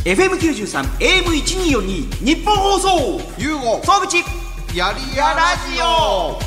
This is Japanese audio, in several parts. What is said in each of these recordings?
FM93 AM1242 日本放送ゆうご総口やりやラジオ。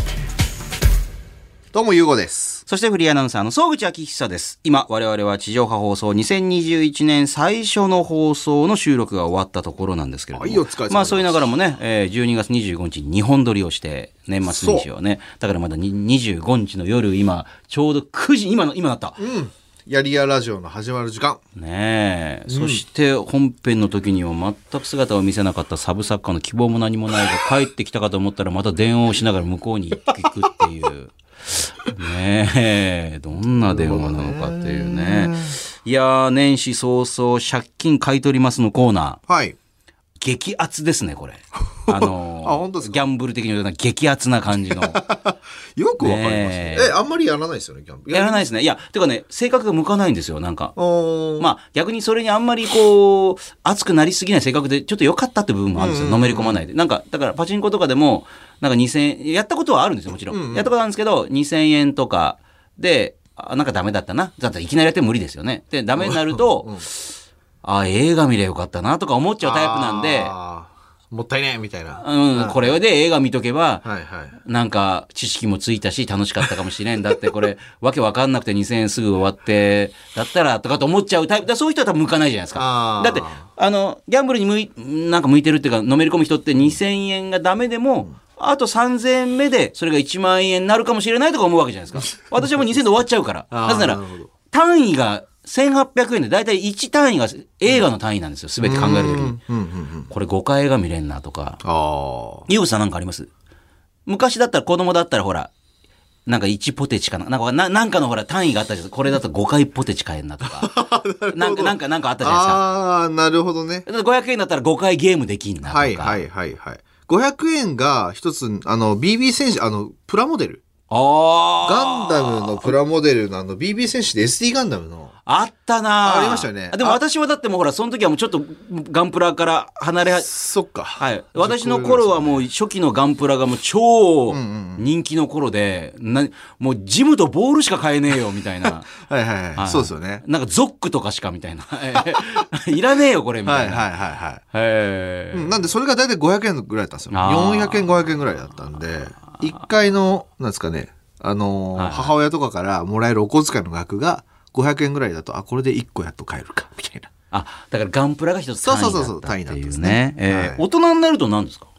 どうもゆうごです。 そしてフリーアナウンサーの総口昭久です。今我々は地上波放送2021年最初の放送の収録が終わったところなんですけれども、 はい、お疲れ様です。 まあそう言いながらもね、12月25日に2本撮りをして年末年始をね、だからまだ25日の夜今ちょうど9時今なった。 やりやラジオの始まる時間ねえ、そして本編の時には全く姿を見せなかったサブ作家の希望も何もないが帰ってきたかと思ったらまた電話をしながら向こうに行くっていうねえ、どんな電話なのかっていうね。いやー、年始早々借金買い取りますのコーナー、 はい、 激アツですねこれ。 本当ですか。 ギャンブル的に言うと激アツな感じのよくわかりますね。あんまりやらないですよね、ギャンブル。 やらないですね。いや、てかね、性格が向かないんですよ、なんか。まあ、逆にそれにあんまりこう、熱くなりすぎない性格で、ちょっと良かったって部分もあるんですよ、のめり込まないで。なんか、だからパチンコとかでも、なんか2000円、やったことはあるんですよ、もちろん。やったことあるんですけど、2000円とかで、なんかダメだったな。だったらいきなりやっても無理ですよね。で、ダメになると、映画見りゃよかったなとか思っちゃうタイプなんで、 もったいねえみたいな。 これで映画見とけば、 はいはい、 なんか知識もついたし楽しかったかもしれん。だってこれわけわかんなくて2000円すぐ終わってだったらとかと思っちゃうタイプだ。そういう人は多分向かないじゃないですか。だってギャンブルになんか向いてるっていうかのめり込む人って2000円がダメでも、あと3000円目でそれが1万円になるかもしれないとか思うわけじゃないですか。私はもう2000円で終わっちゃうから。なぜなら単位が1800円でだいたい1単位が映画の単位なんですよ、全て考えるときに。これ5回映画見れんなとか。ゆうごさんなんかあります？昔だったら子供だったらほらなんか1ポテチかな、なんかのほら単位があったじゃん。これだと5回ポテチ買えんなとかなんかあったじゃないですか。 ああ、なるほどね。 500円だったら5回ゲームできんなとか。 はいはいはいはい。500円が一つBB 戦士プラモデル、ガンダムのプラモデルのBB 戦士で SD ガンダムのあったな。 ありましたよね。 でも私はだってもうほらその時はもうちょっとガンプラから離れそっか。 はい。私の頃はもう初期のガンプラがもう超人気の頃で、もうジムとボールしか買えねえよみたいな。 はいはいはい。そうですよね。 なんかゾックとかしかみたいな。いらねえよこれみたいな。 はいはいはいはい。なんでそれが大体500円ぐらいだったんですよ。400円500円ぐらいだったんで、1回のなんですかね、母親とかからもらえるお小遣いの額が500円ぐらいだと、これで1個やっと買えるかみたいな。 だからガンプラが一つ単位だったっていうね。そう単位なんですね。大人になると何ですか？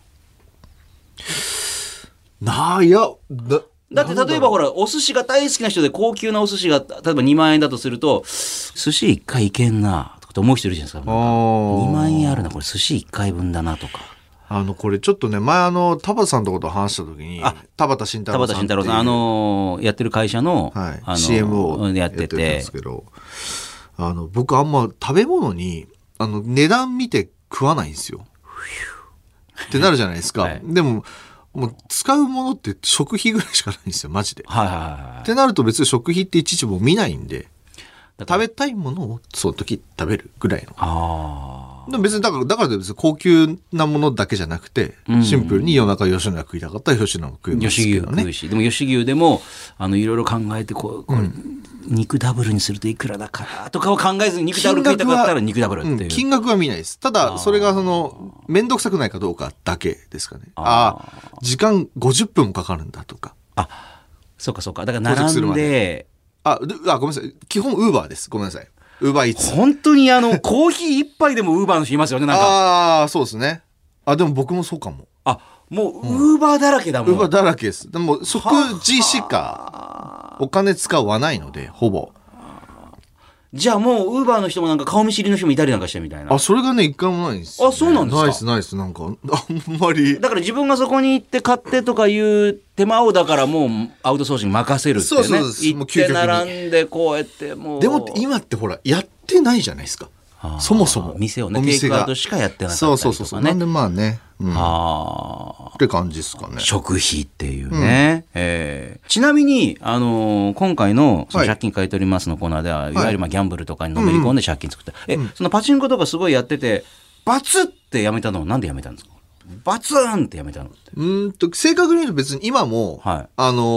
いやだって例えばほらお寿司が大好きな人で高級なお寿司が例えば2万円だとすると、寿司1回いけんなとかって思う人いるじゃないですか。2万円あるな、これ寿司1回分だなとか。 これちょっとね、前田畑さんとこと話した時に、田畑慎太郎さんやってる会社の、 CM をやっててんですけど、僕あんま食べ物に値段見て食わないんですよってなるじゃないですか。でももう使うものって食費ぐらいしかないんですよマジで。ってなると別に食費っていちいちも見ないんで、食べたいものをその時食べるぐらいの。でも別にだから別に高級なものだけじゃなくて、シンプルに夜中吉野家食いたかったら吉野家食いますけどね。 でも吉牛でもいろいろ考えてこれ肉ダブルにするといくらだからとかを考えずに肉ダブル食いたかったら肉ダブルっていう。 金額は見ないです。ただそれが面倒くさくないかどうかだけですかね。時間50分もかかるんだとか。 そうかそうか。だから並んでごめんなさい。基本ウーバーです。ごめんなさい。ウーバーイーツ。 本当にコーヒー一杯でもウーバーの人いますよね、なんか。 そうですね。でも僕もそうかも。 もうウーバーだらけだもん。 ウーバーだらけです。でも食事しかお金使わないので、ほぼ。 じゃあもうウーバーの人もなんか顔見知りの人もいたりなんかしてみたいな。 それがね一回もないんですよ、ね。 そうなんですか。 ナイスなんかあんまり。 だから自分がそこに行って買ってとかいう手間をだからもうアウトソーシング任せるってね。そう行って並んでこうやってもう。 でも今ってほらやってないじゃないですか。そもそも店をねテイクアウトしかやってなかったりとかね。 そうなんでまあね。って感じですかね。 食費っていうね。ちなみに今回のその借金買い取りますのコーナーでは、いわゆるギャンブルとかにのめり込んで借金作った。そのパチンコとかすごいやっててバツってやめたのはなんでやめたんですか？バツンってやめたのって。 正確に言うと別に今も、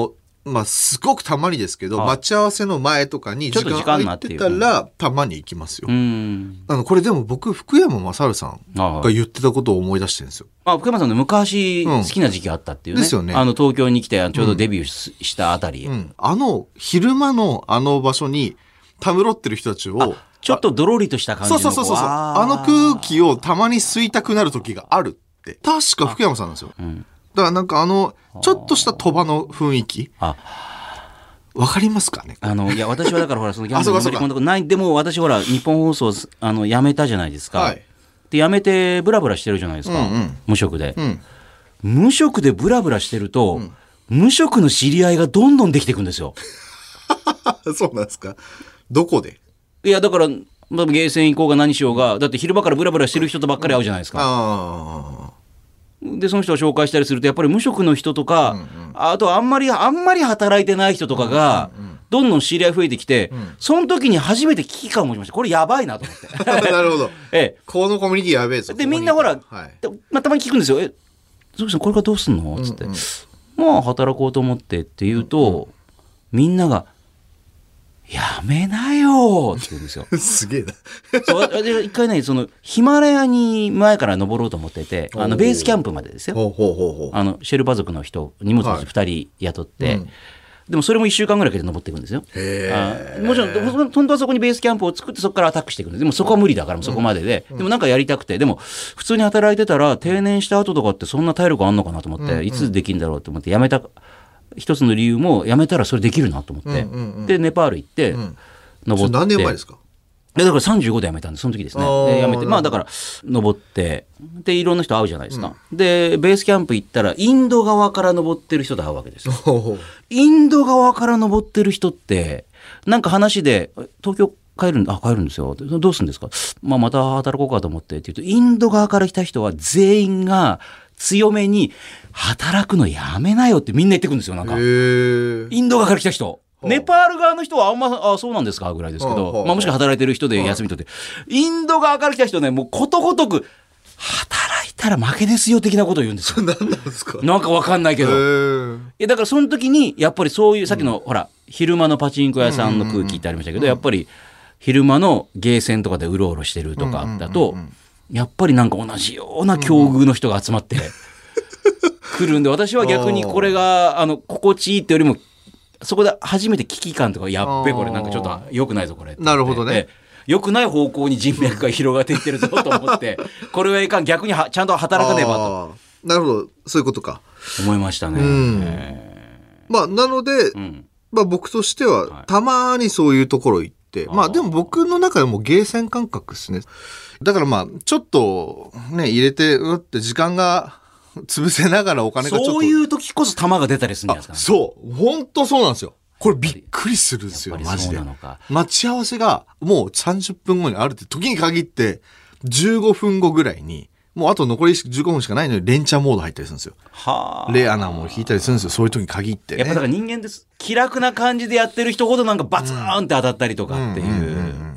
まあすごくたまにですけど、待ち合わせの前とかに時間空いてたらたまに行きますよ。これでも僕福山雅治さんが言ってたことを思い出してるんですよ。 福山さんの昔好きな時期あったっていうね。 ですよね。 東京に来てちょうどデビューしたあたり、 昼間の場所にたむろってる人たちをちょっとドロリとした感じの。 そう空気をたまに吸いたくなる時があるって確か福山さんなんですよ。だからなんかちょっとした鳥羽の雰囲気わかりますかね。 いや私はだからほらそのギャンブルのめり込んだことない。でも私ほら日本放送辞めたじゃないですか。で辞めてブラブラしてるじゃないですか、無職で、無職でブラブラしてると、無職の知り合いがどんどんできていくんですよ。 そうなんですか。どこで？ いやだからゲーセン行こうが何しようが、だって昼間からブラブラしてる人とばっかり会うじゃないですか。でその人を紹介したりするとやっぱり無職の人とか、あとあんまり働いてない人とかがどんどん知り合い増えてきて、その時に初めて危機感を持ちました。これやばいなと思って。 なるほど。このコミュニティやべえぞ。 でみんなほら、たまに聞くんですよ。ゾキさんこれからどうすんのつって、まあ働こうと思ってって言うと、みんながやめなよって言うんですよ。 すげえな。 そう一回ねヒマラヤに前から登ろうと思ってて、ベースキャンプまでですよ。シェルパ族の人荷物を2人雇って、でもそれも1週間ぐらいで登っていくんですよ。もちろん本当はそこにベースキャンプを作ってそこからアタックしていくんです。でもそこは無理だからそこまでで、でもなんかやりたくて、でも普通に働いてたら定年した後とかってそんな体力あんのかなと思って、いつできるんだろうと思ってやめた。一つの理由もやめたらそれできるなと思って、でネパール行って登って、 何年前ですか？ だから35で辞めたんでその時ですね。で辞めてだから登ってでいろんな人会うじゃないですか、でベースキャンプ行ったらインド側から登ってる人と会うわけですよ。インド側から登ってる人ってなんか話で東京帰るんですよ。どうするんですか？また働こうかと思ってって言うと、インド側から来た人は全員が強めに働くのやめなよってみんな言ってくるんですよ。なんかインド側から来た人、ネパール側の人はあんまそうなんですかぐらいですけど、もしくは働いてる人で休み取って、インド側から来た人ね、もうことごとく働いたら負けですよ的なことを言うんですよ。 何なんですか？ なんかわかんないけど、だからその時にやっぱりそういうさっきの、ほら昼間のパチンコ屋さんの空気ってありましたけど、やっぱり昼間のゲーセンとかでうろうろしてるとかだと、やっぱりなんか同じような境遇の人が集まって来るんで、私は逆にこれが心地いいってよりもそこで初めて危機感とか、やっべこれなんかちょっと良くないぞこれ。 なるほどね。 良くない方向に人脈が広がっていってるぞと思ってこれはいかん、逆にちゃんと働かねばと。 なるほど、そういうことか思いましたね。 なので、僕としてはたまにそういうところ行って、でも僕の中でもゲーセン感覚ですね。だからちょっとね入れてって時間が潰せながらお金がちょっと、 そういう時こそ玉が出たりするんじゃないですか。 そう本当そうなんですよ。これびっくりするんですよマジで。待ち合わせがもう30分後にあるって時に限って15分後ぐらいにもうあと残り15分しかないのに連チャンモード入ったりするんですよ。レアなもの引いたりするんですよ、そういう時に限って、ね、 やっぱだから人間です。気楽な感じでやってる人ほどなんかバツーンって当たったりとかっていう。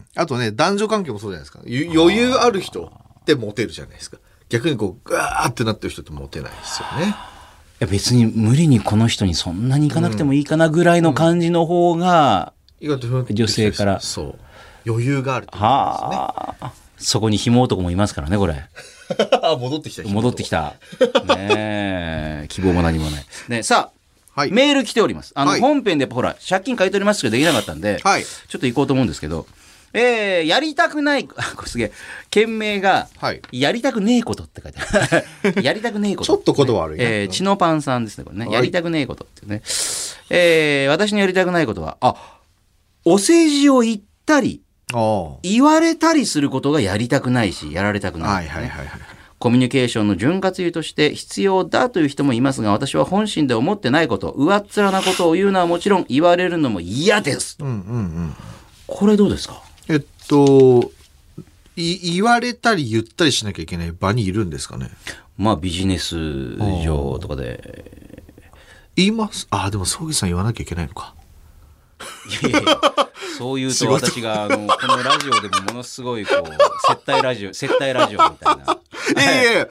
あとね、男女関係もそうじゃないですか。余裕ある人ってモテるじゃないですか。逆にこうガーってなってる人ってモテないですよね。 いや別に無理にこの人にそんなに行かなくてもいいかなぐらいの感じの方が、女性からそう余裕があるってことですね。 そこに紐男もいますからねこれ。 戻ってきたね希望も何もない、ね、さあ、メール来ております。本編でほら借金買い取りますけどできなかったんで、ちょっと行こうと思うんですけど、やりたくないこれすげえ件名が、やりたくねえことって書いてあるやりたくねえこと、 ちょっと言葉悪いね。 チノパンさんですねこれね、やりたくねえことってね、私のやりたくないことはお世辞を言ったり言われたりすることがやりたくないしやられたくない、コミュニケーションの潤滑油として必要だという人もいますが、私は本心で思ってないこと、上っ面なことを言うのはもちろん言われるのも嫌です、これどうですか？ 言われたり言ったりしなきゃいけない場にいるんですかね。 ビジネス上とかで言います。でも葬儀さん言わなきゃいけないのか。 いやそういうと私がこのラジオでもものすごいこう接待ラジオみたいな。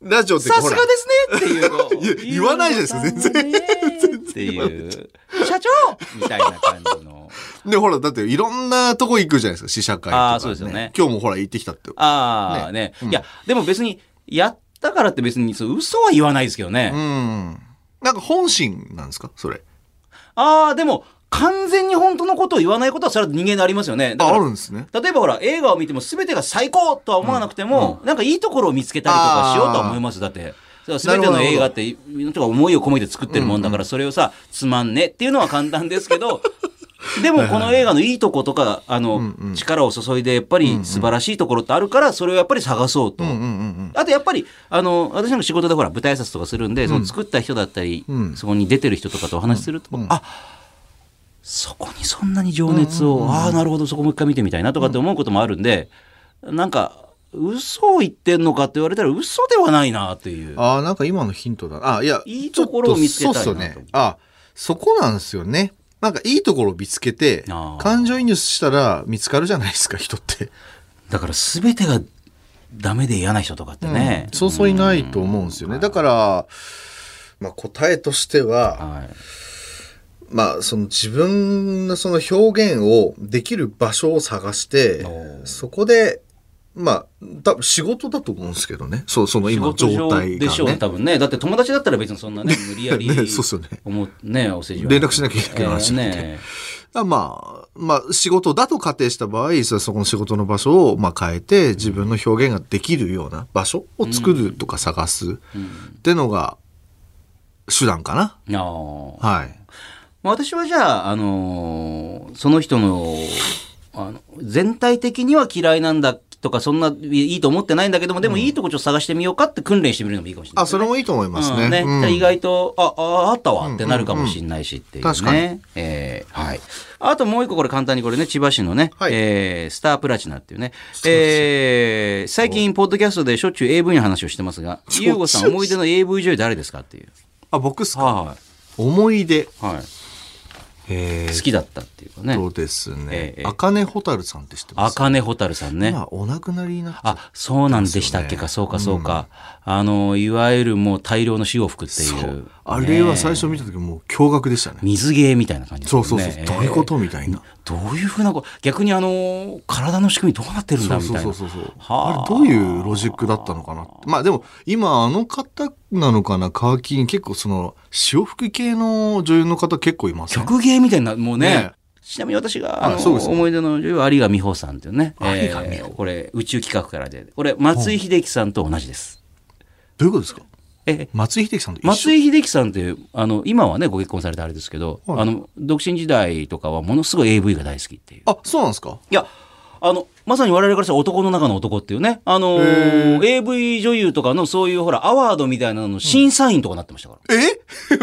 ラジオってさすがですねっていう言わないじゃないですか全然っていう社長みたいな感じのでほらだっていろんなとこ行くじゃないですか試写会とか、ね、 そうですよね。 今日もほら行ってきたってね、いやでも別にやったからって別に嘘は言わないですけどね。 なんか本心なんですかそれ。 でも完全に本当のことを言わないことはそれは人間でありますよね。 あるんですね。 例えばほら映画を見ても全てが最高とは思わなくても、なんかいいところを見つけたりとかしようとは思います。だって全ての映画って思いを込めて作ってるもんだから、それをさつまんねっていうのは簡単ですけどでもこの映画のいいとことか力を注いでやっぱり素晴らしいところってあるからそれをやっぱり探そうと。あとやっぱり私なんか仕事でほら舞台挨拶とかするんで、その作った人だったり、そこに出てる人とかとお話しすると、そこにそんなに情熱を、なるほどそこもう一回見てみたいなとかって思うこともあるんで、なんか嘘を言ってんのかって言われたら嘘ではないなっていう。 なんか今のヒントだ。 いいところを見つけたいなと。 そうですよね。そこなんですよね。なんかいいところを見つけて感情移入したら見つかるじゃないですか人って。 だから全てがダメで嫌な人とかってね、 そうそういないと思うんですよね。だから、答えとしては、その自分のその表現をできる場所を探してそこで多分仕事だと思うんですけどね。その今状態がね。 でしょう多分ね。だって友達だったら別にそんなね無理やりそうっすよね。 お世辞連絡しなきゃいけない話なんで。仕事だと仮定した場合、そこの仕事の場所を変えて自分の表現ができるような場所を作るとか探すってのが手段かな。はい。 私はじゃあ、その人の全体的には嫌いなんだとかそんないいと思ってないんだけども、でもいいとこちょっと探してみようかって訓練してみるのもいいかもしれない、ね。 それもいいと思いますね。 意外とあったわってなるかもしれないしっていうね。 確かに。 はい。あともう一個これ簡単にこれね千葉市のね、スタープラチナっていうね、最近ポッドキャストでしょっちゅう AV の話をしてますが、ゆうごさん思い出の AV 女優誰ですかっていう。 僕っすか。思い出。 好きだったっていうかね。 そうですね。茜蛍さんって知ってます？ 茜蛍さんね。 お亡くなりになっちゃった。 そうなんでしたっけか。そうか。いわゆるもう大量の潮を吹くっていう。 あれは最初見た時もう驚愕でしたね。 水芸みたいな感じですね。 そう。どういうことみたいな。 どういうふうな逆に体の仕組みどうなってるんだみたいな。 あれどういうロジックだったのかな。でも今方なのかな。乾きに結構その潮吹き系の女優の方結構いますね。 曲芸みたいなもうね。ちなみに私が思い出の女優は有賀美穂さんっていうね。これ宇宙企画からでこれ松井秀喜さんと同じです。 どういうことですか？松井秀喜さんと一緒？ 松井秀喜さんって今はねご結婚されてあれですけど、独身時代とかはものすごい AV が大好きっていう。 そうなんですか？ いやまさに我々からしたら男の中の男っていうね、AV 女優とかのそういうほらアワードみたいなのの審査員とかなってましたから。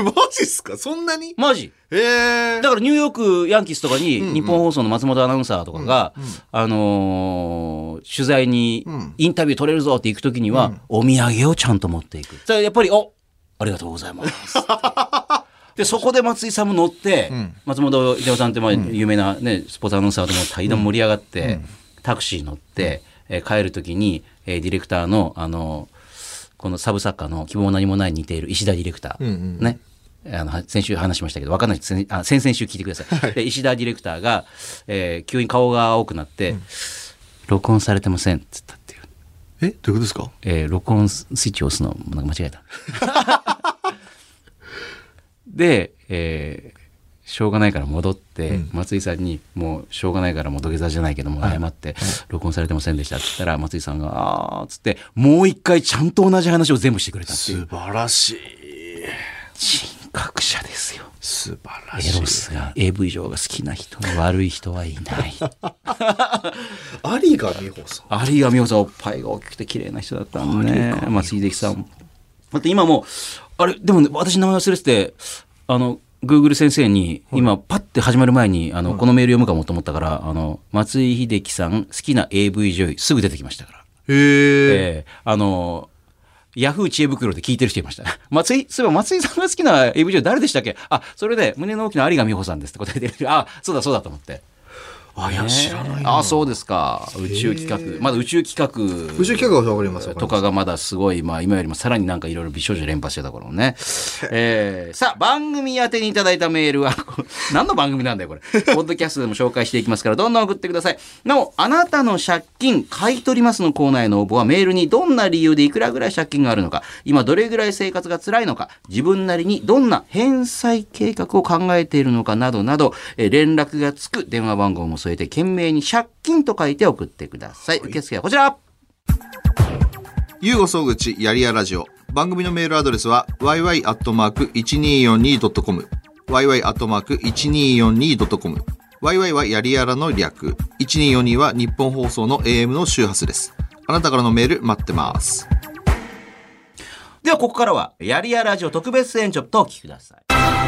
マジっすか？そんなに？ マジ。だからニューヨークヤンキースとかに日本放送の松本アナウンサーとかが、取材にインタビュー取れるぞって行くときには、お土産をちゃんと持っていく。やっぱりありがとうございます。でそこで松井さんも乗って、松本秀夫さんって有名な、ね、スポーツアナウンサーでも大変盛り上がって、タクシー乗って、帰る時に、ディレクターの、このサブ作家の希望何もないに似ている石田ディレクター、ね、先週話しましたけど分かんない先々週聞いてください。で石田ディレクターが、急に顔が青くなって、録音されてませんっつったっていう。 どういうことですか？ 録音スイッチを押すのなんか間違えた。で、しょうがないから戻って、松井さんにもうしょうがないからもう土下座じゃないけども謝って、録音されてませんでしたって言ったら松井さんがつってもう一回ちゃんと同じ話を全部してくれたっていう。 素晴らしい。 人格者ですよ。 素晴らしい。 エロスが AV 上が好きな人に悪い人はいない。 有賀美穂さん。 有賀美穂さんおっぱいが大きくて綺麗な人だったんでね。松井秀喜さん。だって今もでもね私名前忘れててGoogle 先生に今パッて始まる前にこのメール読むかもと思ったから松井秀喜さん好きな AV 女優すぐ出てきましたから。ヤフー知恵袋で聞いてる人いましたね。そういえば松井さんが好きな AV 女優誰でしたっけ？それで胸の大きな有賀美穂さんですって答えてる。そうだと思って。 いや知らないな。 そうですか。宇宙企画、まだ宇宙企画はわかります。 とかがまだすごい、今よりもさらになんかいろいろ美少女連発してた頃ね。さあ、番組宛てにいただいたメールは何の番組なんだよこれ。ポッドキャストでも紹介していきますから、どんどん送ってください。なお、あなたの借金買い取りますのコーナーへの応募は、メールにどんな理由でいくらぐらい借金があるのか、今どれぐらい生活が辛いのか、自分なりにどんな返済計画を考えているのかなどなど、連絡がつく電話番号も添えて懸命に借金と書いて送ってください。受付はこちら。 ゆうご総口やりやラジオ。番組のメールアドレスは yy@1242.com yy@1242.com yy はやりやらの略、1242は日本放送の AM の周波数です。あなたからのメール待ってます。 ではここからはやりやラジオ特別編ちょっとお聞きください。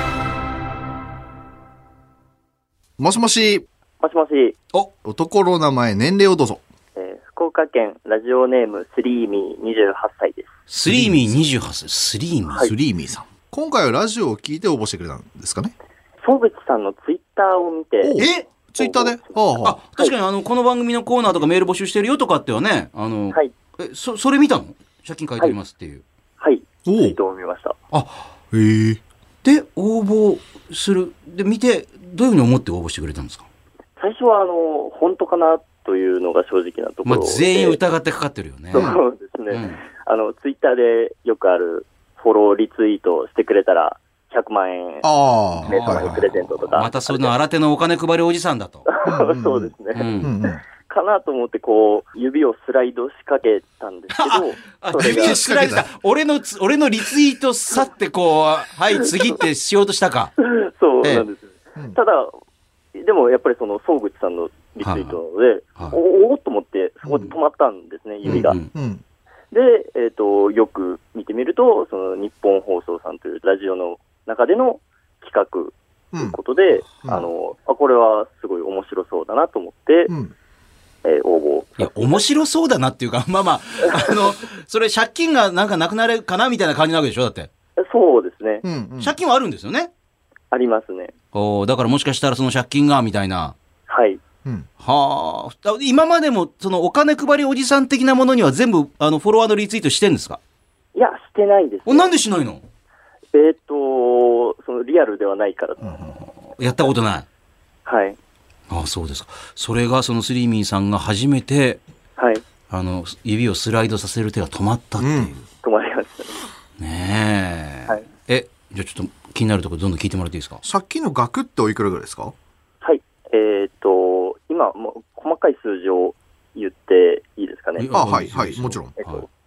もしもし。 もしもし。 男の名前、年齢をどうぞ。 福岡県ラジオネームスリーミー28歳です。 スリーミー28歳。スリーミー、 はい、スリーミーさん。今回はラジオを聞いて応募してくれたんですかね。 総口さんのツイッターを見て。 ツイッターで確かにこの番組のコーナーとかメール募集してるよとかってはね、はい、それ見たの？借金書いておりますっていう。 はい。ツイートを見ました。 で、応募する。で、見て、どういうふうに思って応募してくれたんですか？ 最初は本当かなというのが正直なところで。 全員疑ってかかってるよね。 そうですね。ツイッターでよくあるフォローリツイートしてくれたら100万円皆様にプレゼントとか。 またその新手のお金配りおじさんだと。 そうですね。かなと思って指をスライドしかけたんですけど。 指をスライドした。俺のリツイート去ってはい次ってしようとしたか。 そうなんです。ただ、でもやっぱりその総口さんのリツイートなので、おおっと思ってそこで止まったんですね、指が。で、よく見てみると、その日本放送さんというラジオの中での企画ということで、これはすごい面白そうだなと思って、応募。 いや、面白そうだなっていうか、それ借金がなんかなくなるかなみたいな感じなわけでしょ、だって。 そうですね。 借金はあるんですよね。 ありますね。 だからもしかしたらその借金がみたいな。 はい。 今までもそのお金配りおじさん的なものには全部フォロワーのリツイートしてんですか？ いや、してないです、ね。 なんでしないの？ そのリアルではないから。 やったことない。 はい。 そうですか。それがそのスリーミーさんが初めて、 はい。 指をスライドさせる手が止まったっていう。 止まりましたね。 ねえ。はい。じゃあちょっと気になるところどんどん聞いてもらっていいですか？ 借金の額っておいくらぐらいですか？ はい。今もう細かい数字を言っていいですかね。 はいはいもちろん。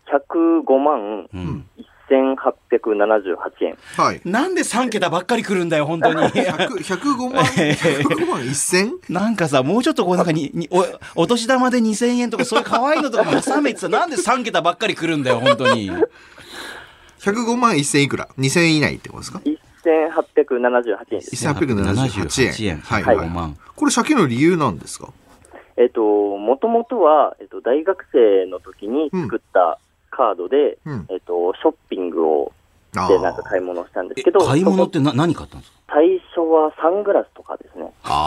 105万1878円。 はい。 なんで3桁ばっかり来るんだよ本当に。 105万1000？ なんかさもうちょっとなんかお年玉で2000円とかそういう可愛いのとかも挟めてさなんで3桁ばっかり来るんだよ本当に。 105万1000いくら？2000円以内ってことですか ？1878円です。 1878円。 はい。5万。 これ借金の理由なんですか？ もともとは、大学生の時に作ったカードで、ショッピングをでなんか買い物したんですけど。 買い物って何買ったんですか？ 最初はサングラスとかですね。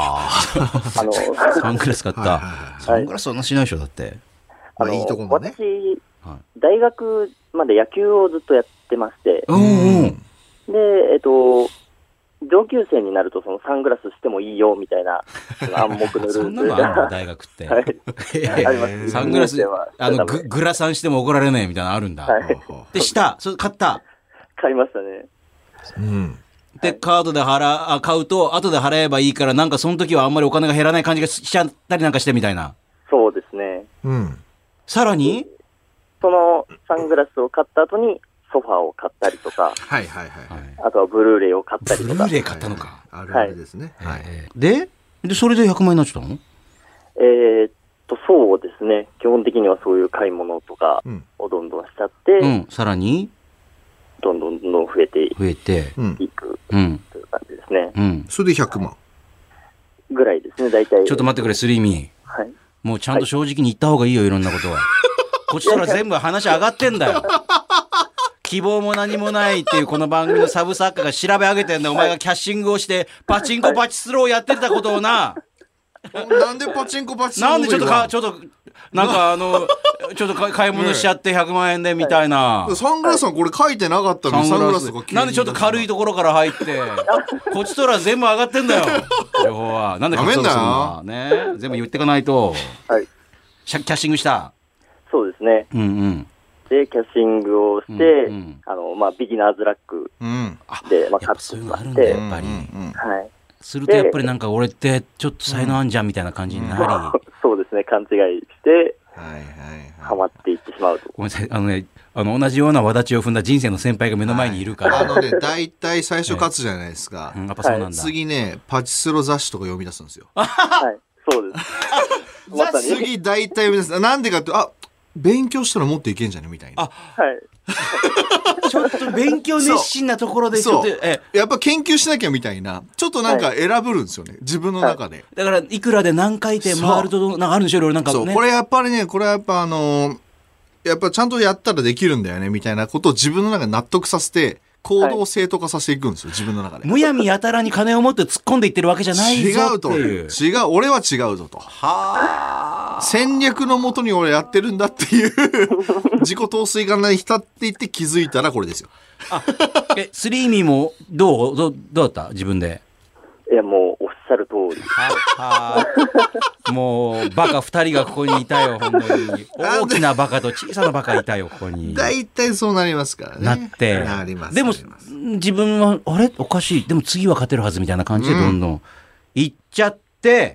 サングラス買った。サングラスそんなしないでしょだって。 いいとこもね。 私、大学まで野球をずっとやってまして、で、上級生になるとそのサングラスしてもいいよみたいな暗黙のルールがそんなのあるの大学って、はい、ありますサングラスグラサンしても怒られないみたいなのあるんだ、はい、でそれ買いましたね。 でカードで買うと後で払えばいいからなんかその時はあんまりお金が減らない感じがしちゃったりなんかしてみたいな。 そうですね。 さらにそのサングラスを買った後にソファーを買ったりとか、あとはブルーレイを買ったりとか。 ブルーレイ買ったのか。 あるあるですね。 でそれで100万円になっちゃったの？ そうですね。基本的にはそういう買い物とかをどんどんしちゃって、 さらにどんどん増えていくという感じですね。 それで100万ぐらいですね、大体。 ちょっと待ってくれ、スリーミー。はい。もうちゃんと正直に言った方がいいよ、いろんなことは。こっちから全部話上がってんだよ。希望も何もないっていうこの番組のサブ作家が調べ上げてんだよ。お前がキャッシングをしてパチンコパチスローをやってたことをな。 なんでパチンコなんでちょっとなんかちょっと買い物しちゃって100万円でみたいな。 サングラスはこれ書いてなかったのに、サングラスとかなんでちょっと軽いところから入って、こっちとら全部上がってんだよ。情報は。なんで隠そうとするのね。全部言ってかないと。 はい。 キャッシングした。 そうですね。 うんうん。 で、キャッシングをして、ビギナーズラックで、 やっぱそういうのあるんだよ、やっぱり。はい。するとやっぱりなんか俺ってちょっと才能あんじゃんみたいな感じになり。 そうですね、勘違いして、ハマっていってしまうと。 ごめんなさい、同じような轍を踏んだ人生の先輩が目の前にいるから。 大体最初勝つじゃないですか。 やっぱそうなんだ。 次ね、パチスロ雑誌とか読み出すんですよ。 はい、そうです。 次大体読み出す。なんでかって、勉強したらもっといけんじゃねみたいな。 はい。 ちょっと勉強熱心なところでちょっとやっぱ研究しなきゃみたいな、ちょっとなんか選ぶんですよね、自分の中で。 だからいくらで何回転回るとなんかあるんでしょ、いろいろなんかね。 そう、これやっぱりね、やっぱちゃんとやったらできるんだよねみたいなことを自分の中で納得させて、行動を正当化させていくんですよ、自分の中で。 むやみやたらに金を持って突っ込んでいってるわけじゃないぞっていう。 違う、俺は違うぞと。戦略のもとに俺やってるんだっていう自己陶酔がに浸っていって気づいたらこれですよ。 スリーミーもどうだった自分で。 いや、もうおっしゃる通り。 もうバカ2人がここにいたよ、本当に。大きなバカと小さなバカいたよ、ここに。 大体そうなりますからね。 なってでも自分はあれおかしい、でも次は勝てるはずみたいな感じでどんどんいっちゃって、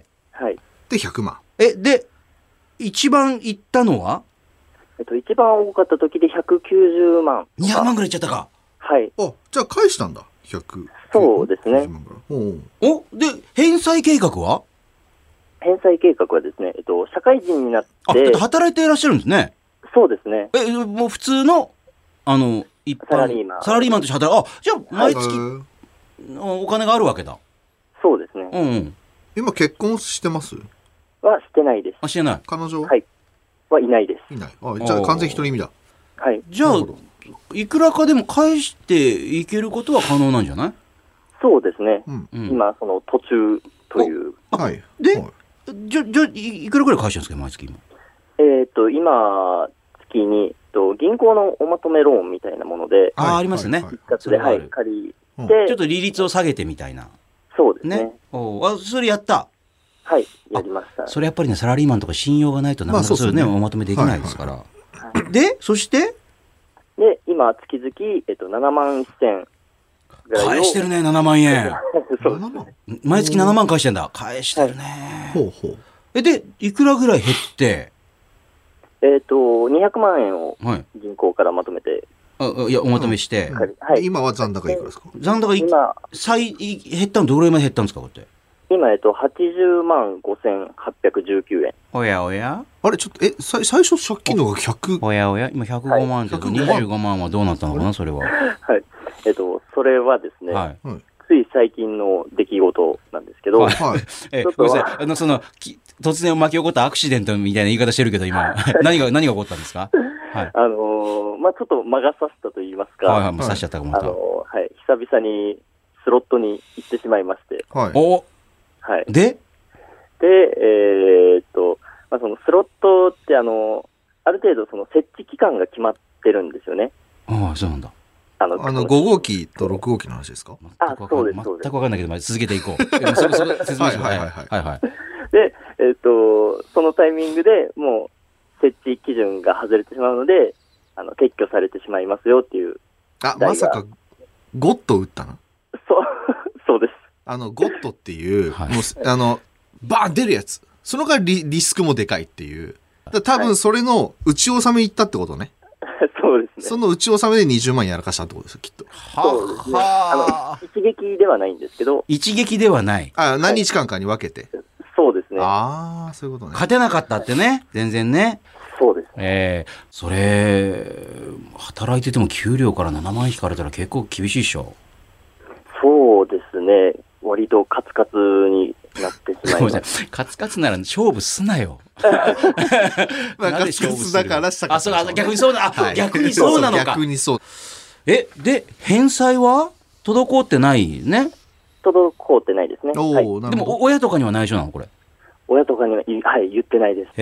で100万。 で一番いったのは一番多かった時で190万。 200万ぐらいいっちゃったか。 はい。 じゃあ返したんだ。 そうですね。 で返済計画はですね、社会人になって働いていらっしゃるんですね。 そうですね。 もう普通の一般サラリーマンとして働く。じゃあ毎月お金があるわけだ。 そうですね。 今結婚してます？ はしてないです。 してない。 彼女はいないです。 いない。じゃあ完全独り身だ。 はい。 じゃあいくらかでも返していけることは可能なんじゃない？ そうですね。今その途中という。 で、じゃいくらぐらい返してるんですか毎月今？ 今月に銀行のおまとめローンみたいなもので、 ありますね。 一括で借りて、 ちょっと利率を下げてみたいな。 そうですね。 それやった。 はい、やりました。 それやっぱりね、サラリーマンとか信用がないとなかなかそれね、おまとめできないですから。で、そしてで、今、月々、7万1000ぐらいを。 返してるね、7万円。毎月7万返してんだ。返してるね。で、いくらぐらい減って、 200万円を銀行からまとめて。 いや、おまとめして。 今は残高いくらですか？ 残高減ったのどれぐらいまで減ったんですかこうやって。 今、80万5819円。 おやおやあれ、ちょっと、最初借金のが100。 おやおや今105万って25万はどうなったのかなそれは。はい。 それはですね、つい最近の出来事なんですけど。ごめんなさい。 突然巻き起こったアクシデントみたいな言い方してるけど、今。何が起こったんですか？ はい。ちょっと魔が差したと言いますか。 差しちゃったかも。久 々にスロットに行ってしまいまして。 で、 そのスロットってある程度その設置期間が決まってるんですよね。 そうなんだ。 5号機と6号機の話ですか？ そうです。 全く分かんないけど、続けていこう。説明します。 で、そのタイミングでもう設置基準が外れてしまうので、撤去されてしまいますよっていう。 まさかゴッド打ったの？ そうです。 ゴッドっていう、バーン出るやつ。その代わりリスクもでかいっていう。多分それの打ち納め行ったってことね。 そうですね。 その打ち納めで20万やらかしたってことですよ、きっと。 そうですね。一撃ではないんですけど。 一撃ではない。 何日間かに分けて。 そうですね。 そういうことね。 勝てなかったってね、全然ね。 そうです。 それ、働いてても給料から7万引かれたら結構厳しいでしょ。 そうですね。割とカツカツになってしまいます。 カツカツなら勝負すなよ。 カツカツだからしたかった。 逆にそうな、逆にそうなのか。 逆にそう。 で、返済は滞ってないね。 滞ってないですね。 でも親とかには内緒なのこれ？ 親とかには、はい、言ってないです。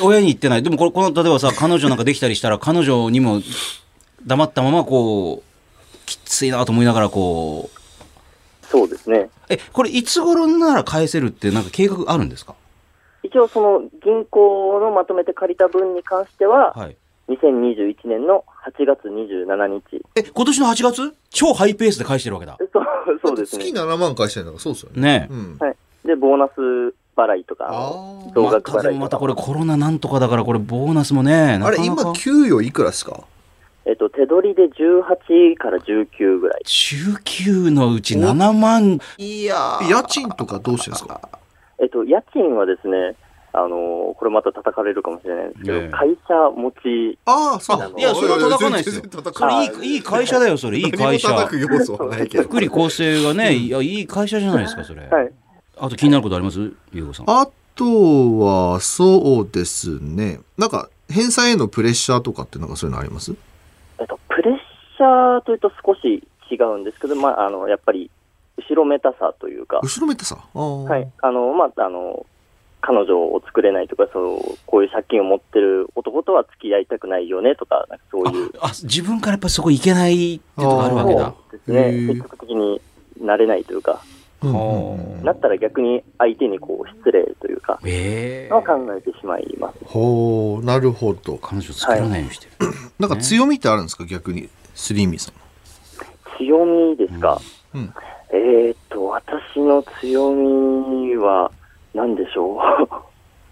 親に言ってない。でもこの例えばさ、彼女なんかできたりしたら、彼女にも黙ったままこうきついなと思いながらこう。 そうですね。 これいつ頃なら返せるってなんか計画あるんですか？ 一応その銀行のまとめて借りた分に関しては、はい、2021年の8月27日。 今年の8月？超ハイペースで返してるわけだ。 そうですね。 月7万返してるのがそうですよね。 ね、 はい。で、ボーナス払いとか、増額払いとか。 またこれコロナなんとかだからこれボーナスもね、 あれ今給与いくらですか？ 手取りで18から19ぐらい。 19のうち7万。いやー。家賃とかどうしてですか？ 家賃はですね、これまた叩かれるかもしれないんですけど、会社持ち。 ああ、そう。 いや、それは叩かないですよ。それいい会社だよ、それ。いい会社。 福利厚生がね、いい会社じゃないですか、それ。 はい。 あと気になることあります？ゆうごさん。 あとは、そうですね。なんか、返済へのプレッシャーとかってなんかそういうのあります？ プレッシャーというと少し違うんですけど、やっぱり、後ろめたさというか。 後ろめたさ？ はい。彼女を作れないとか、こういう借金を持ってる男とは付き合いたくないよねとか、そういう。 自分からやっぱりそこ行けないっていうのがあるわけだ。 そうですね。積極的になれないというか。なったら逆に相手にこう失礼というか、考えてしまいます。 ほう、なるほど。 彼女作らないようにしてる。 なんか強みってあるんですか、逆に、スリーミーさん。 強みですか。私の強みは何でしょう。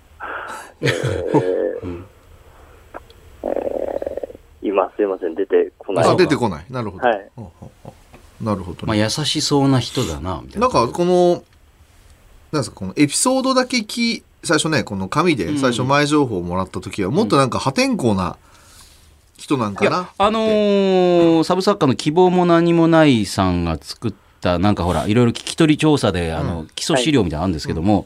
今すいません、出てこない。 出てこない。なるほど。 はい。 なるほど、ね。 優しそうな人だなみたいな。 なんかこのなんですか、このエピソードだけ最初ね、この紙で最初前情報をもらった時は、もっとなんか破天荒な人なんかな。 サブ作家の希望も何もないさんが作ったなんかほらいろいろ聞き取り調査で基礎資料みたいなのあるんですけども、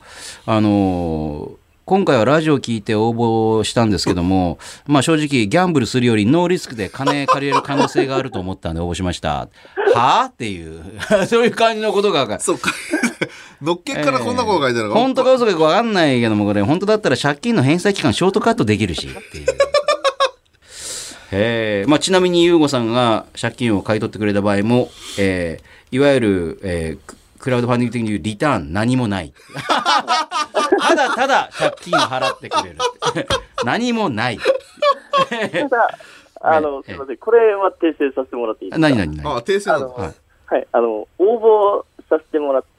今回はラジオ聞いて応募したんですけども、正直ギャンブルするよりノーリスクで金借りれる可能性があると思ったんで応募しました。はぁっていうそういう感じのことがそうかのっけからこんなこと書いてるのか、 本当か嘘か分かんないけども、これ本当だったら借金の返済期間ショートカットできるしっていうちなみに優吾さんが借金を買い取ってくれた場合も、いわゆる、クラウドファンディング的に言うリターン何もないただ借金を払ってくれる何もないただすみません、これは訂正させてもらっていいですか？ 何訂正なんですか？ はい、応募させてもらって、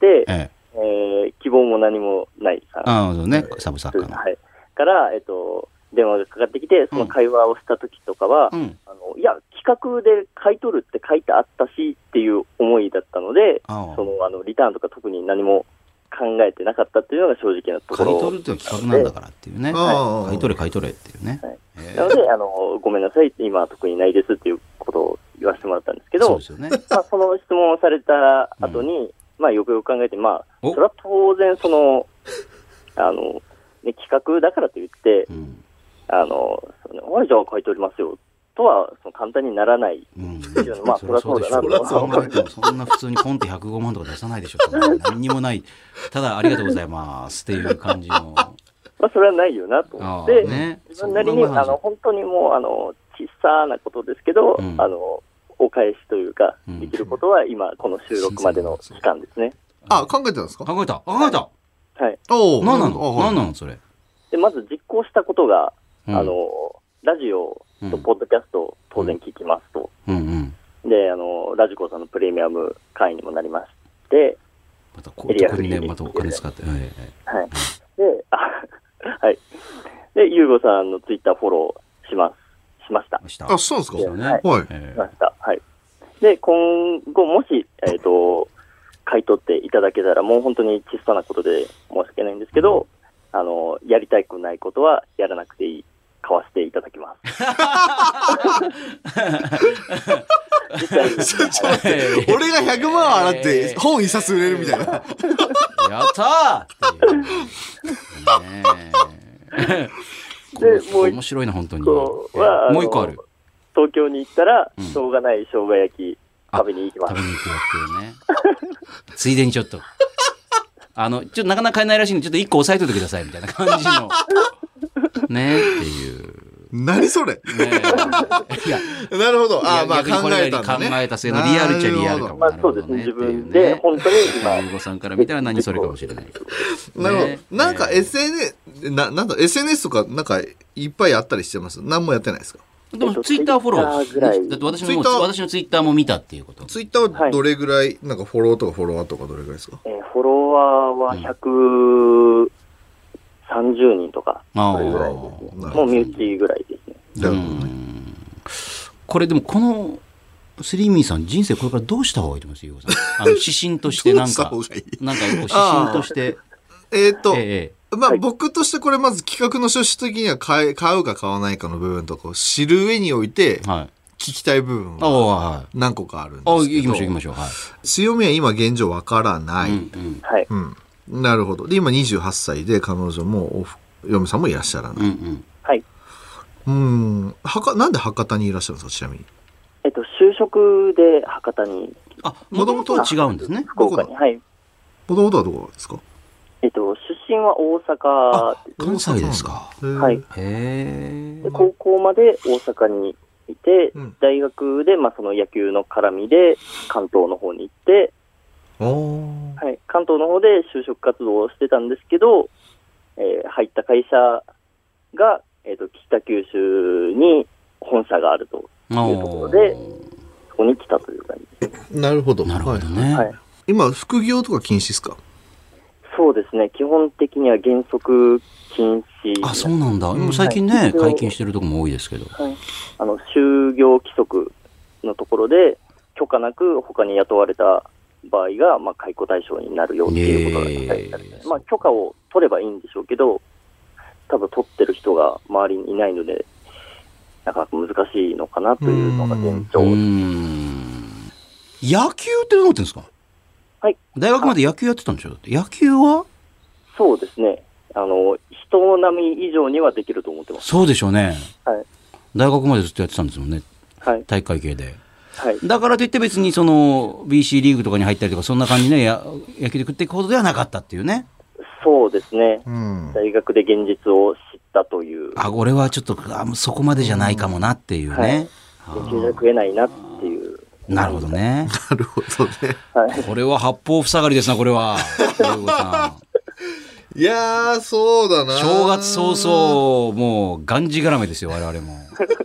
希望も何もないさん。 そうね、サブ作家の。 はい。から、電話がかかってきて、その会話をした時とかは、いや、企画で買い取るって書いてあったしっていう思いだったので、リターンとか特に何も考えてなかったっていうのが正直なところ。 買い取るっていう企画なんだからっていうね。買い取れっていうね。 なので、ごめんなさい、今は特にないですっていうことを言わせてもらったんですけど、 そうですよね。 その質問をされた後に、よくよく考えて、それは当然企画だからといって、じゃあ買い取りますよとは簡単にならない。それはそうだなと。 そんな普通にポンって105万とか出さないでしょ。何にもない。ただありがとうございますっていう感じの。 それはないよなと思って、自分なりに本当にもう小さなことですけど、お返しというか、できることは今この収録までの期間ですね。 考えてたんですか？ 考えた。はい。何なのそれ。 でまず実行したことが、ラジオとポッドキャストを当然聞きますと。で、ラジコさんのプレミアム会員にもなりまして、 またこういうとこにね、またお金使って。はい。 はい。で、ゆうごさんのツイッターフォローしました。 そうですか？ はい。しました。はい。で、今後もし、買い取っていただけたら、もう本当に小さなことで申し訳ないんですけど、やりたくないことはやらなくていい。買わせていただきます。 俺が100万払って本一冊売れるみたいな。 やったーで、もう面白いな本当に。もう一個ある。 東京に行ったら、しょうがない生姜焼き食べに行きます。 食べに行くよっていうね。ついでにちょっと。 ちょっとなかなか買えないらしいんで、ちょっと1個押さえといてくださいみたいな感じの。ねっていう。 何それ、ね、いやなるほど。まあ考えたんだね。 考えた末のリアルっちゃリアルかも。 まあそうですね。自分で本当に今。 ゆうごさんから見たら何それかもしれない。 なるほど。なんか SNS とかなんかいっぱいあったりしてます？何もやってないですか？ でもツイッターフォロー。だって私のツイッターも見たっていうこと。 ツイッターはどれぐらい、なんかフォローとかフォロワーとかどれぐらいですか？ フォロワーは130人とか、それぐらいですね。もう身内ぐらいですね。 これでもこのスリーミーさん人生これからどうした方がいいと思います？ゆうごさん。指針としてなんか指針として。 まあ僕としてこれまず企画の趣旨的には買うか買わないかの部分とかを知る上において聞きたい部分は何個かあるんですけど、 行きましょう、 強みは今現状わからない、なるほど。で今28歳で彼女も嫁さんもいらっしゃらない、なんで博多にいらっしゃるんですか？ちなみに就職で博多に。 もともとは違うんですね。 福岡に。はい。 もともとはどこですか？ 出身は大阪です。 関西ですか。 はい。 で高校まで大阪にいて、大学でその野球の絡みで関東の方に行って、はい、関東の方で就職活動をしてたんですけど、入った会社が、北九州に本社があるというところで、そこに来たという感じです。 なるほど。 なるほどね。 はい、 今副業とか禁止ですか？ そうですね。基本的には原則禁止。 そうなんだ。最近ね、解禁してるところも多いですけど。 はい。就業規則のところで、許可なく他に雇われた場合が、解雇対象になるよっていうことが書いてあるんです。許可を取ればいいんでしょうけど、多分取ってる人が周りにいないので、なかなか難しいのかなというのが現状。 野球ってどうなってるんですか？ はい、 大学まで野球やってたんでしょ？野球は？ そうですね。人並み以上にはできると思ってます。 そうでしょうね。 はい。 大学までずっとやってたんですもんね。 はい。 体育会系で。 はい。 だからといって別にその BC リーグとかに入ったりとかそんな感じで野球で食っていくほどではなかったっていうね。 そうですね。大学で現実を知ったという。 俺はちょっとそこまでじゃないかもなっていうね。 野球じゃ食えないなっていう。 なるほどね。 なるほどね。 はい。 これは八方塞がりですな、これは。 いやー、そうだな。 正月早々、もう、がんじがらめですよ、我々も。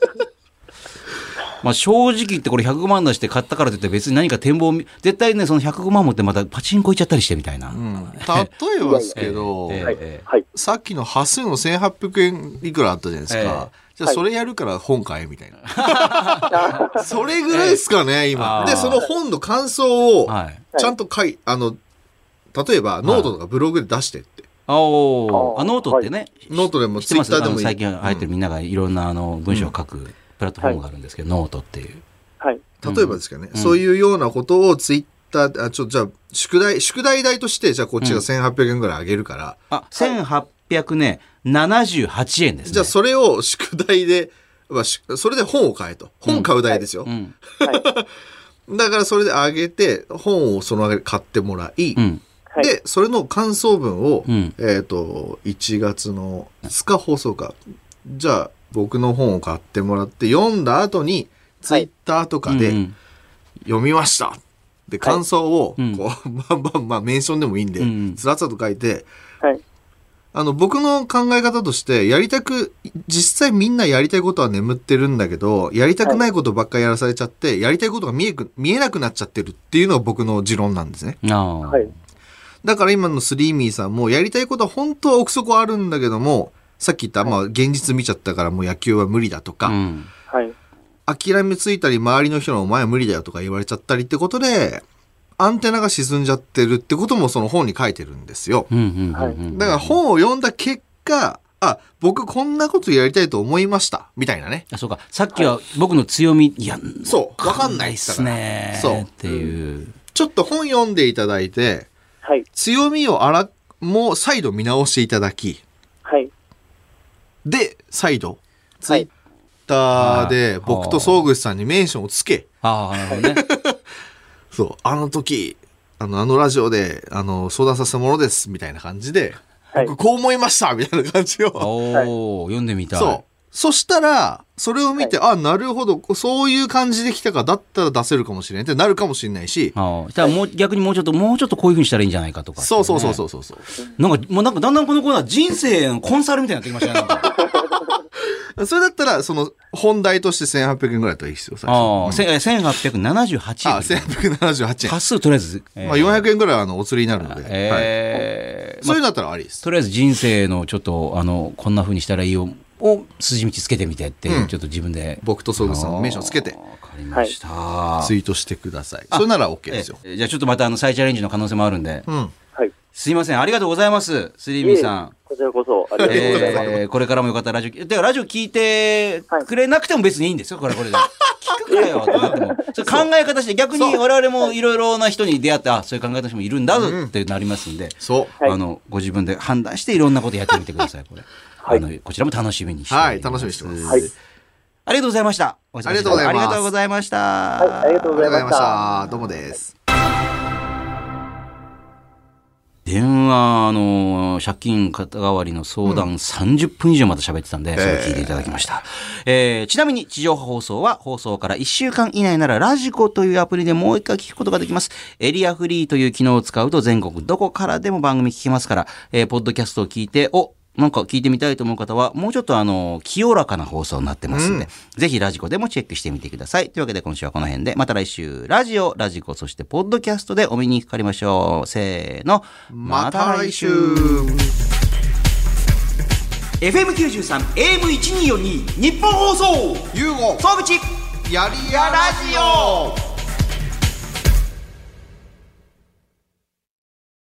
正直言ってこれ100万出して買ったからといって別に何か展望、絶対ね、その105万持ってまたパチンコ行っちゃったりしてみたいな。 例えばですけど、さっきの端数の1800円いくらあったじゃないですか。じゃあそれやるから本買えみたいな。それぐらいですかね、今。で、その本の感想をちゃんと例えばノートとかブログで出してって。 ノートってね。 ノートでもツイッターでもいい。 最近入ってるみんながいろんな文章を書くプラットフォームがあるんですけど、ノートっていう。 はい。 例えばですけどね、そういうようなことをツイッター、じゃあ、宿題代として、じゃあこっちが1800円ぐらいあげるから。 1800ね、78円ですね。 じゃあそれを宿題で、それで本を買えと。本買う代ですよ。だからそれであげて、本をその買ってもらい、で、それの感想文を、1月の2日放送か。じゃあ、僕の本を買ってもらって読んだ後にツイッターとかで読みましたで感想をこうメンションでもいいんでつらつらと書いて、僕の考え方として実際みんなやりたいことは眠ってるんだけどやりたくないことばっかりやらされちゃってやりたいことが見えなくなっちゃってるっていうのが僕の持論なんですね。だから今のスリーミーさんもやりたいことは本当は奥底あるんだけどもさっき言った、現実見ちゃったからもう野球は無理だとか、諦めついたり周りの人のお前は無理だよとか言われちゃったりってことで、アンテナが沈んじゃってるってこともその本に書いてるんですよ。だから本を読んだ結果、僕こんなことやりたいと思いました。みたいなね。 そうか。さっきは僕の強み、 そう、わかんないっすね。そう。っていう。 ちょっと本読んでいただいて、強みをもう再度見直していただき、で、再度、ツイッターで僕と総口さんにメンションをつけ。 なるほどね。 そう、あの時、 あのラジオで相談させたものですみたいな感じで、はい、僕こう思いましたみたいな感じを読んでみたい。 そしたらそれを見て、はい、なるほどそういう感じで来たか、だったら出せるかもしれないってなるかもしれないし、 したら逆にもうちょっとこういうふうにしたらいいんじゃないかとか、ね、 そうなんかだんだんこのコーナー人生のコンサルみたいになってきましたね。 それだったらその本題として1800円ぐらいだったらいいですよ。 1878円。 1878円。 端数とりあえず、 400円ぐらいお釣りになるので、そういうのだったらありです。 とりあえず人生のちょっとこんな風にしたらいいよを筋道つけてみてって、ちょっと自分で僕と総口さんの名称つけて、 わかりました、 ツイートしてください。それなら OK ですよ。 じゃあちょっとまた再チャレンジの可能性もあるんで、すいません、ありがとうございます、スリーミーさん。 こちらこそありがとうございます。 これからもよかったらラジオ聞いてくれなくても別にいいんですよ。これで聞くからよってなっても、それ考え方して逆に我々もいろいろな人に出会って、そういう考え方もいるんだってなりますんで、ご自分で判断していろんなことやってみてください。これこちらも楽しみにしてます。 楽しみにしてます。 ありがとうございました。 ありがとうございます。 ありがとうございました。 ありがとうございました。 どうもです。 電話借金肩代わりの相談30分以上まで喋ってたんで、それ聞いていただきました。ちなみに地上波放送は放送から1週間以内ならラジコというアプリでもう一回聞くことができます。エリアフリーという機能を使うと全国どこからでも番組聞けますから、ポッドキャストを聞いてなんか聞いてみたいと思う方はもうちょっと清らかな放送になってますんで、ぜひラジコでもチェックしてみてください。というわけで今週はこの辺で、また来週ラジコそしてポッドキャストでお目にかかりましょう。せーの、 また来週。 FM93 AM1242 日本放送、 ゆうご総口やりやラジオ。